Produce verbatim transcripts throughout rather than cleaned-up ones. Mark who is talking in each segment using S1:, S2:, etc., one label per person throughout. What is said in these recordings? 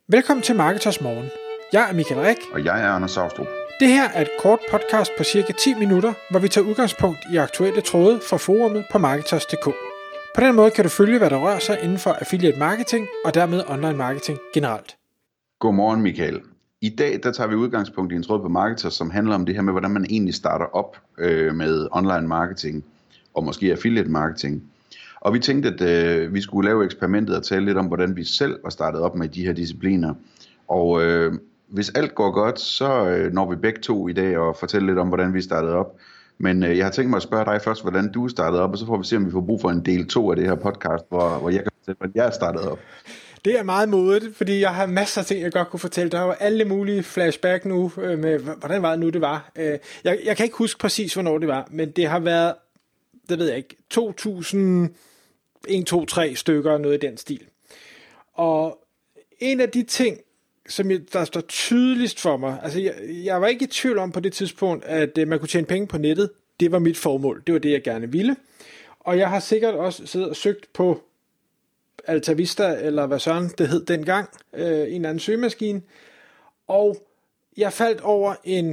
S1: Velkommen til Marketers Morgen. Jeg er Michael Rik.
S2: Og jeg er Anders Saustrup.
S1: Det her er et kort podcast på cirka ti minutter, hvor vi tager udgangspunkt i aktuelle tråde fra forumet på Marketers punktum d k. På den måde kan du følge, hvad der rører sig inden for affiliate marketing og dermed online marketing generelt.
S2: Godmorgen Michael. I dag der tager vi udgangspunkt i en tråd på Marketers, som handler om det her med, hvordan man egentlig starter op øh, med online marketing og måske affiliate marketing. Og vi tænkte, at øh, vi skulle lave eksperimentet og tale lidt om, hvordan vi selv var startet op med de her discipliner. Og øh, hvis alt går godt, så øh, når vi begge to i dag og fortælle lidt om, hvordan vi startede op. Men øh, jeg har tænkt mig at spørge dig først, hvordan du startede op, og så får vi se, om vi får brug for en del to af det her podcast, hvor, hvor jeg kan fortælle, hvordan jeg startede op.
S1: Det er meget modigt, fordi jeg har masser af ting, jeg godt kunne fortælle. Der var alle mulige flashback nu øh, med, hvordan var det nu, det var. Øh, jeg, jeg kan ikke huske præcis, hvornår det var, men det har været, det ved jeg ikke, to tusind en, to, tre stykker, noget i den stil. Og en af de ting, som jeg, der står tydeligst for mig, altså jeg, jeg var ikke i tvivl om på det tidspunkt, at uh, man kunne tjene penge på nettet. Det var mit formål. Det var det, jeg gerne ville. Og jeg har sikkert også siddet og søgt på Alta Vista, eller hvad søren det hed dengang, øh, en eller anden søgemaskine. Og jeg faldt over en,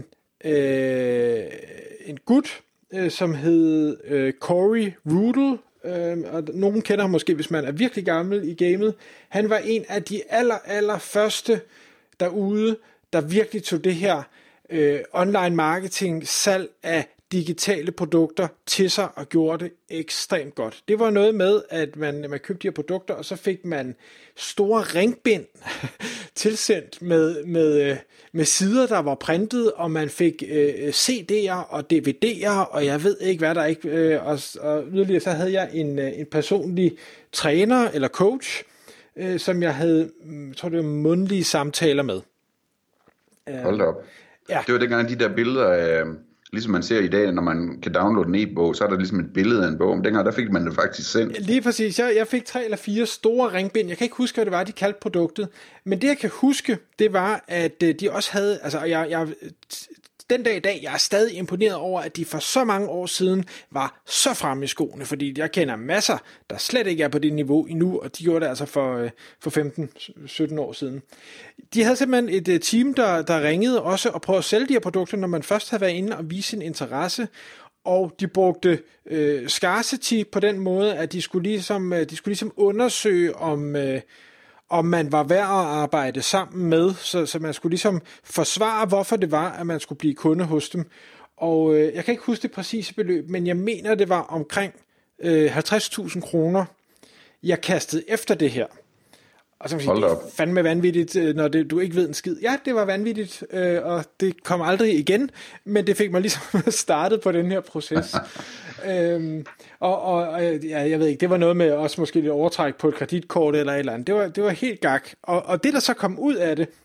S1: øh, en gut, øh, som hed øh, Corey Rudel. Øh, og nogen kender ham måske, hvis man er virkelig gammel i gamet. Han var en af de aller, aller første derude, der virkelig tog det her øh, online marketing, salg af digitale produkter til sig og gjorde det ekstremt godt. Det var noget med, at man, man købte de her produkter, og så fik man store ringbind tilsendt med, med, med sider, der var printet, og man fik øh, C D'er og D V D'er, og jeg ved ikke, hvad der ikke... Øh, og, og yderligere så havde jeg en, en personlig træner eller coach, øh, som jeg havde, jeg tror det var mundtlige samtaler med.
S2: Hold da op. Ja. Det var dengang de der billeder af... Ligesom man ser i dag, når man kan downloade en e-bog, så er der ligesom et billede af en bog. Men dengang, der fik man det faktisk sendt.
S1: Lige præcis. Jeg, jeg fik tre eller fire store ringbind. Jeg kan ikke huske, hvad det var, de kaldte produktet. Men det, jeg kan huske, det var, at de også havde... Altså, jeg, jeg, den dag i dag, jeg er stadig imponeret over, at de for så mange år siden var så fremme i skoene. Fordi jeg kender masser, der slet ikke er på det niveau endnu, og de gjorde det altså for, for femten sytten år siden. De havde simpelthen et team, der, der ringede også og prøvede at sælge de her produkter, når man først havde været inde og vise sin interesse. Og de brugte øh, scarcity på den måde, at de skulle ligesom, de skulle ligesom undersøge, om... Øh, om man var værd at arbejde sammen med, så, så man skulle ligesom forsvare, hvorfor det var, at man skulle blive kunde hos dem. Og øh, jeg kan ikke huske det præcise beløb, men jeg mener, det var omkring øh, halvtreds tusind kroner, jeg kastede efter det her. Og så kan man sige, det er fandme vanvittigt, når det, du ikke ved en skid. Ja, det var vanvittigt, øh, og det kom aldrig igen, men det fik mig ligesom startet på den her proces. øhm, og og ja, jeg ved ikke, det var noget med også måske lidt overtræk på et kreditkort eller et eller andet. Det var, det var helt gak. Og, og det, der så kom ud af det,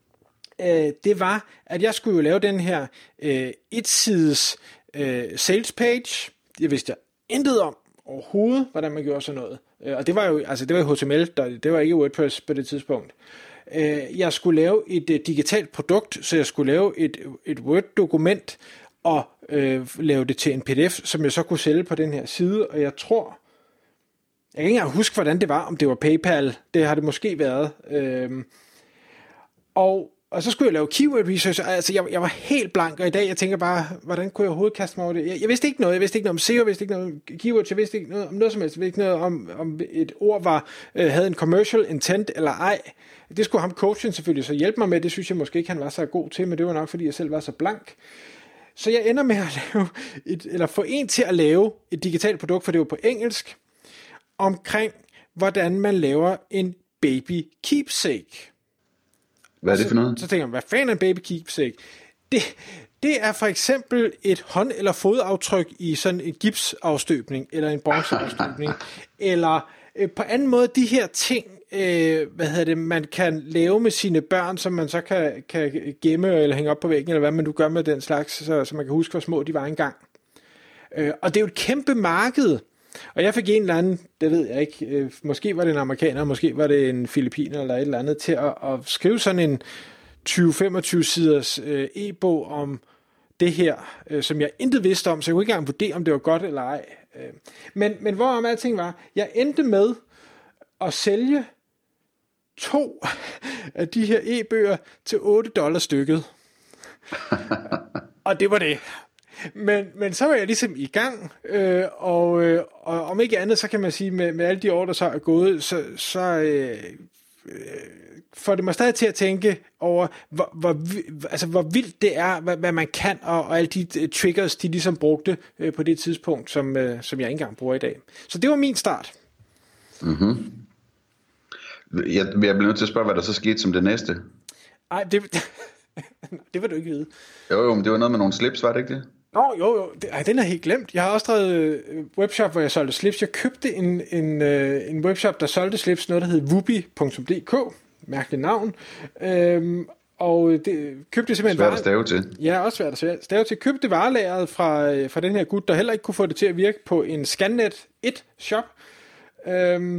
S1: øh, det var, at jeg skulle jo lave den her øh, etsides øh, sales page. Det vidste jeg intet om overhovedet, hvordan man gjorde sådan noget. Og det var jo, altså det var jo H T M L, der, det var ikke WordPress på det tidspunkt. Jeg skulle lave et digitalt produkt, så jeg skulle lave et, et Word-dokument og øh, lave det til en P D F, som jeg så kunne sælge på den her side, og jeg tror, jeg kan ikke engang huske, hvordan det var, om det var PayPal, det har det måske været. Øhm, og Og så skulle jeg lave keyword research, altså jeg, jeg var helt blank, og i dag jeg tænker bare, hvordan kunne jeg overhovedet kaste mig over det? Jeg, jeg vidste ikke noget, jeg vidste ikke noget om S E O, jeg vidste ikke noget om keywords, jeg vidste ikke noget om noget som helst, jeg vidste ikke noget om, om et ord var, øh, havde en commercial intent eller ej. Det skulle ham coachen selvfølgelig så hjælpe mig med, det synes jeg måske ikke han var så god til, men det var nok fordi jeg selv var så blank. Så jeg ender med at lave, et, eller få en til at lave et digitalt produkt, for det var på engelsk, omkring hvordan man laver en baby keepsake.
S2: Hvad er det for noget?
S1: Så, så tænker jeg, hvad fanden er en baby keepsake? Det, det er for eksempel et hånd- eller fodaftryk i sådan en gipsafstøbning, eller en bronzeafstøbning, eller øh, på anden måde de her ting, øh, hvad hedder det, man kan lave med sine børn, som man så kan, kan gemme eller hænge op på væggen, eller hvad man nu gør med den slags, så, så man kan huske, hvor små de var engang. Øh, og det er jo et kæmpe marked. Og jeg fik en eller anden, det ved jeg ikke, øh, måske var det en amerikaner, måske var det en filipiner eller et eller andet, til at, at skrive sådan en tyve til femogtyve siders øh, e-bog om det her, øh, som jeg intet vidste om, så jeg kunne ikke engang vurdere, om det var godt eller ej. Øh, men, men hvorom alting var, jeg endte med at sælge to af de her e-bøger til otte dollar stykket. Og det var det. Men, men så var jeg ligesom i gang, øh, og, øh, og om ikke andet, så kan man sige, med, med alle de år, der så er gået, så, så øh, øh, får det mig stadig til at tænke over, hvor, hvor, altså, hvor vildt det er, hvad, hvad man kan, og, og alle de triggers, de ligesom brugte øh, på det tidspunkt, som, øh, som jeg ikke engang bruger i dag. Så det var min start.
S2: Mhm. Jeg, jeg bliver nødt til at spørge, hvad der så skete som det næste.
S1: Ej, det, det vil du ikke vide.
S2: Jo, jo, men det var noget med nogle slips, var det ikke det?
S1: Nå, jo, jo. Det, ej, den er helt glemt. Jeg har også drevet webshop, hvor jeg solgte slips. Jeg købte en, en, en webshop, der solgte slips, noget der hed woobi punktum d k. Mærkeligt navn. Øhm, og det købte simpelthen...
S2: Svært at stave til.
S1: Ja, også svært at stave til. Købte varelageret fra, fra den her gut, der heller ikke kunne få det til at virke på en Scannet et shop. Øhm,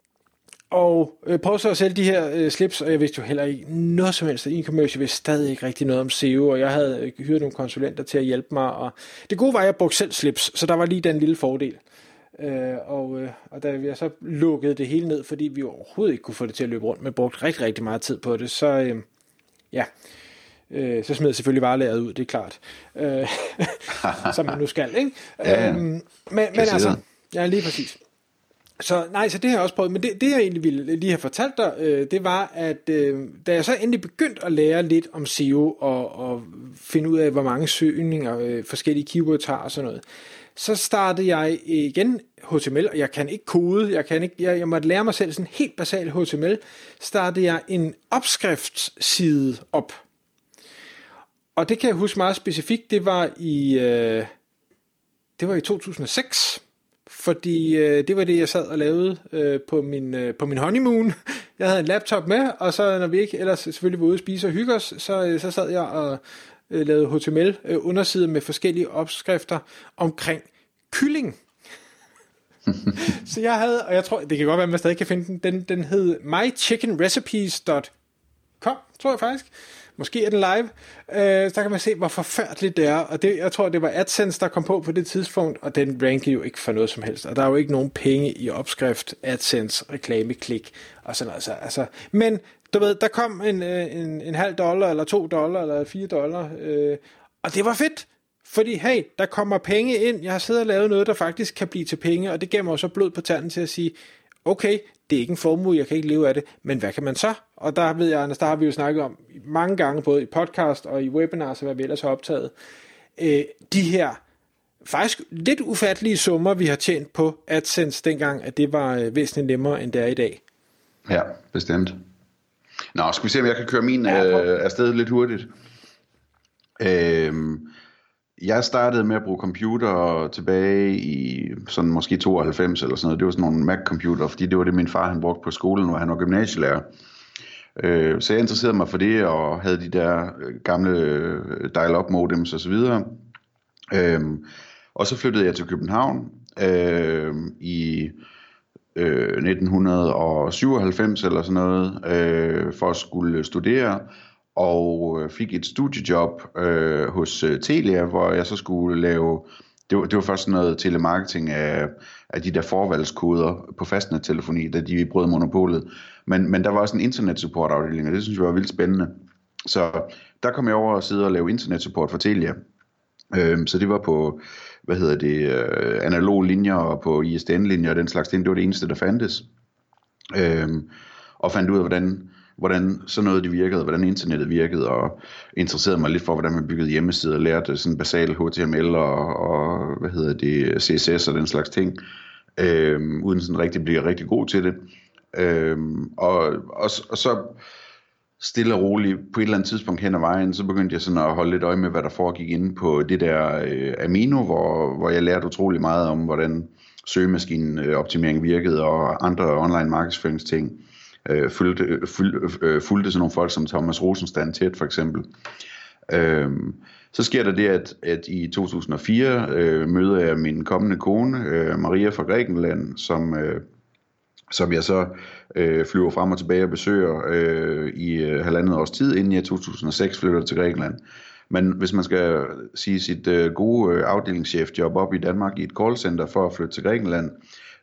S1: og øh, prøvede så at sælge de her øh, slips, og jeg vidste jo heller ikke noget som helst af e-commerce. Jeg vidste stadig ikke rigtig noget om S E O, og jeg havde øh, hyret nogle konsulenter til at hjælpe mig. Og det gode var, at jeg brugte selv slips, så der var lige den lille fordel. Øh, og, øh, og da jeg så lukkede det hele ned, fordi vi overhovedet ikke kunne få det til at løbe rundt, men brugte rigtig, rigtig meget tid på det, så øh, ja, øh, så smed jeg selvfølgelig varelageret ud, det er klart. Øh, som man nu skal, ikke?
S2: Ja, ja.
S1: Øh, men, men altså, ja, lige præcis. Så nej, så det har jeg også prøvet, men det, det jeg egentlig ville lige have fortalt dig, øh, det var, at øh, da jeg så endelig begyndte at lære lidt om S E O, og, og finde ud af, hvor mange søgninger øh, forskellige keywords har og sådan noget, så startede jeg igen H T M L, og jeg kan ikke kode, jeg, kan ikke, jeg, jeg måtte lære mig selv sådan helt basal H T M L, startede jeg en opskriftsside op. Og det kan jeg huske meget specifikt, det var i, øh, det var i to tusind og seks, fordi øh, det var det, jeg sad og lavede øh, på, min, øh, på min honeymoon. Jeg havde en laptop med, og så når vi ikke ellers selvfølgelig var ude at spise og hygge os, så, øh, så sad jeg og øh, lavede H T M L øh, undersider med forskellige opskrifter omkring kylling. Så jeg havde, og jeg tror, det kan godt være, at man stadig kan finde den, den, den hed my chicken recipes dot com, tror jeg faktisk. Måske er den live. Øh, så kan man se, hvor forfærdeligt det er. Og det, jeg tror, det var AdSense, der kom på på det tidspunkt, og den rankede jo ikke for noget som helst. Og der er jo ikke nogen penge i opskrift, AdSense, reklameklik og sådan noget. Altså, men du ved, der kom en, en, en halv dollar, eller to dollar, eller fire dollar. Øh, og det var fedt. Fordi, hey, der kommer penge ind. Jeg har siddet og lavet noget, der faktisk kan blive til penge, og det gav mig også blod på tanden til at sige, okay, det er ikke en formue, jeg kan ikke leve af det, men hvad kan man så? Og der ved jeg, Anders, der har vi jo snakket om mange gange, både i podcast og i webinars, og hvad vi ellers har optaget, øh, de her faktisk lidt ufattelige summer, vi har tjent på AdSense dengang, at det var øh, væsentligt nemmere, end det er i dag.
S2: Ja, bestemt. Nå, skal vi se, om jeg kan køre min ja, øh, afsted lidt hurtigt. Øhm, jeg startede med at bruge computer tilbage i sådan måske tooghalvfems eller sådan noget. Det var sådan nogle Mac-computer, fordi det var det, min far han brugte på skolen, hvor han var gymnasielærer. Øh, så jeg interesserede mig for det, og havde de der gamle dial-up modems og så videre. Øh, og så flyttede jeg til København øh, i øh, nitten syvoghalvfems eller sådan noget, øh, for at skulle studere. Og fik et studiejob øh, hos uh, Telia, hvor jeg så skulle lave, det var, det var først sådan noget telemarketing af, af de der forvalgskoder på fastnettelefoni, da de brød monopolet. Men, men der var også en internetsupportafdeling, og det synes jeg var vildt spændende. Så der kom jeg over og sidde og lave internetsupport for Telia. Øh, så det var på, hvad hedder det, øh, analog linjer og på I S D N-linjer og den slags ting. Det var det eneste, der fandtes. Øh, og fandt ud af, hvordan hvordan sådan noget det virkede, hvordan internettet virkede, og interesserede mig lidt for, hvordan man byggede hjemmesider, og lærte sådan basal H T M L og, og hvad hedder det, C S S og den slags ting, øhm, uden sådan rigtig blive rigtig god til det. Øhm, og, og, og så stille og roligt på et eller andet tidspunkt hen ad vejen, så begyndte jeg sådan at holde lidt øje med, hvad der foregik inde på det der øh, Amino, hvor, hvor jeg lærte utrolig meget om, hvordan søgemaskineoptimering virkede, og andre online markedsføringsting. Øh, fulgte, fulgte, øh, fulgte sådan nogle folk som Thomas Rosenstand tæt for eksempel. Øh, så sker der det, at, at i to tusind og fire øh, møder jeg min kommende kone, øh, Maria fra Grækenland, som, øh, som jeg så øh, flyver frem og tilbage og besøger øh, i øh, halvandet års tid, inden jeg i to tusind og seks flytter til Grækenland. Men hvis man skal sige sit øh, gode øh, afdelingschefjob op i Danmark i et callcenter for at flytte til Grækenland,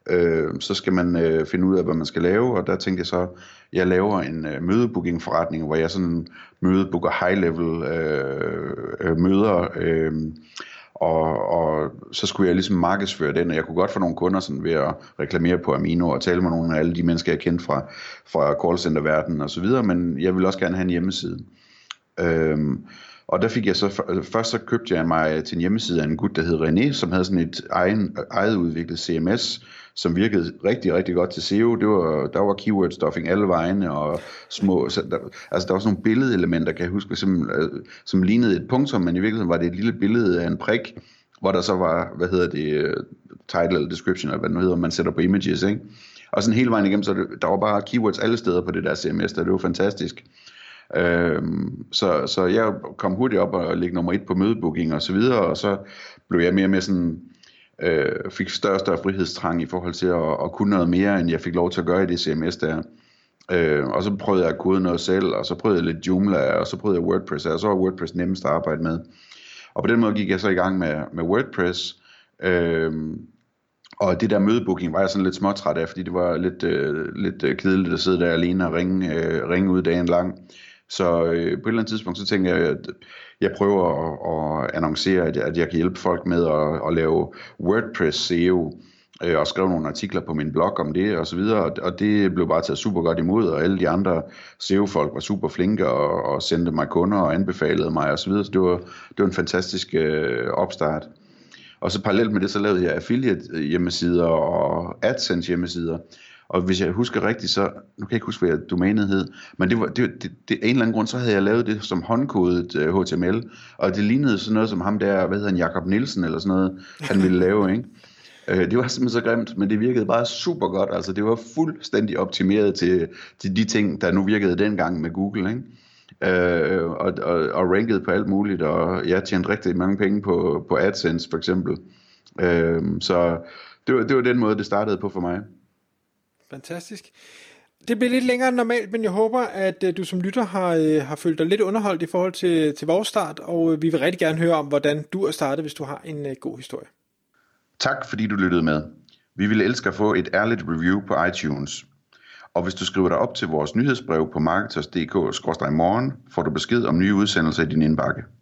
S2: øh, så skal man øh, finde ud af, hvad man skal lave, og der tænkte jeg så, jeg laver en øh, mødebooking forretning, hvor jeg sådan mødebooker high level øh, øh, møder, øh, og, og så skulle jeg ligesom markedsføre den, og jeg kunne godt få nogle kunder sådan ved at reklamere på Amino og tale med nogle af alle de mennesker, jeg kendte fra, fra callcenter-verdenen og så videre, men jeg ville også gerne have en hjemmeside. Øhm, og der fik jeg så, først så købte jeg mig til en hjemmeside af en gut, der hed René, som havde sådan et egen, eget udviklet C M S, som virkede rigtig, rigtig godt til S E O. Det var, der var keyword stuffing alle vegne, og små, så der, altså der var sådan nogle billedelementer, kan jeg huske, som, som lignede et punktum, men i virkeligheden var det et lille billede af en prik, hvor der så var, hvad hedder det, title eller description, eller hvad det nu hedder, man sætter på images, ikke? Og sådan hele vejen igennem, så det, der var bare keywords alle steder på det der C M S, der det var fantastisk. Øhm, så, så jeg kom hurtigt op og ligge nummer et på mødebooking og så videre, og så blev jeg mere med sådan, øh, fik større og større frihedstrang i forhold til at, at kunne noget mere, end jeg fik lov til at gøre i det C M S der. Øh, og så prøvede jeg at kode noget selv, og så prøvede jeg lidt Joomla, og så prøvede jeg WordPress, og så var WordPress nemmest at arbejde med. Og på den måde gik jeg så i gang med, med WordPress, øh, og det der mødebooking var jeg sådan lidt småtræt af, fordi det var lidt, øh, lidt kedeligt at sidde der alene og ringe, øh, ringe ud dagen lang. Så øh, på et eller andet tidspunkt, så tænkte jeg, at jeg prøver at, at annoncere, at jeg, at jeg kan hjælpe folk med at, at lave WordPress S E O, øh, og skrive nogle artikler på min blog om det og så videre, og, og det blev bare taget super godt imod, og alle de andre S E O-folk var super flinke og, og sendte mig kunder og anbefalede mig og så videre, så det var, det var en fantastisk øh, opstart. Og så parallelt med det, så lavede jeg affiliate hjemmesider og AdSense hjemmesider. Og hvis jeg husker rigtigt, så, nu kan jeg ikke huske, hvad domænet hed, men det var, det, det, det, af en eller anden grund, så havde jeg lavet det som håndkodet uh, H T M L, og det lignede sådan noget som ham der, hvad hedder han, Jakob Nielsen eller sådan noget, han ville lave, ikke? Uh, det var simpelthen så grimt, men det virkede bare super godt, altså det var fuldstændig optimeret til, til de ting, der nu virkede dengang med Google, ikke? Uh, og, og, og ranket på alt muligt, og jeg tjente rigtig mange penge på, på AdSense for eksempel. Uh, så det var, det var den måde, det startede på for mig.
S1: Fantastisk. Det bliver lidt længere end normalt, men jeg håber, at uh, du som lytter har, uh, har følt dig lidt underholdt i forhold til, til vores start, og uh, vi vil rigtig gerne høre om, hvordan du er startet, hvis du har en uh, god historie.
S2: Tak fordi du lyttede med. Vi ville elske at få et ærligt review på iTunes. Og hvis du skriver dig op til vores nyhedsbrev på marketers punktum d k skråstreg morgen, får du besked om nye udsendelser i din indbakke.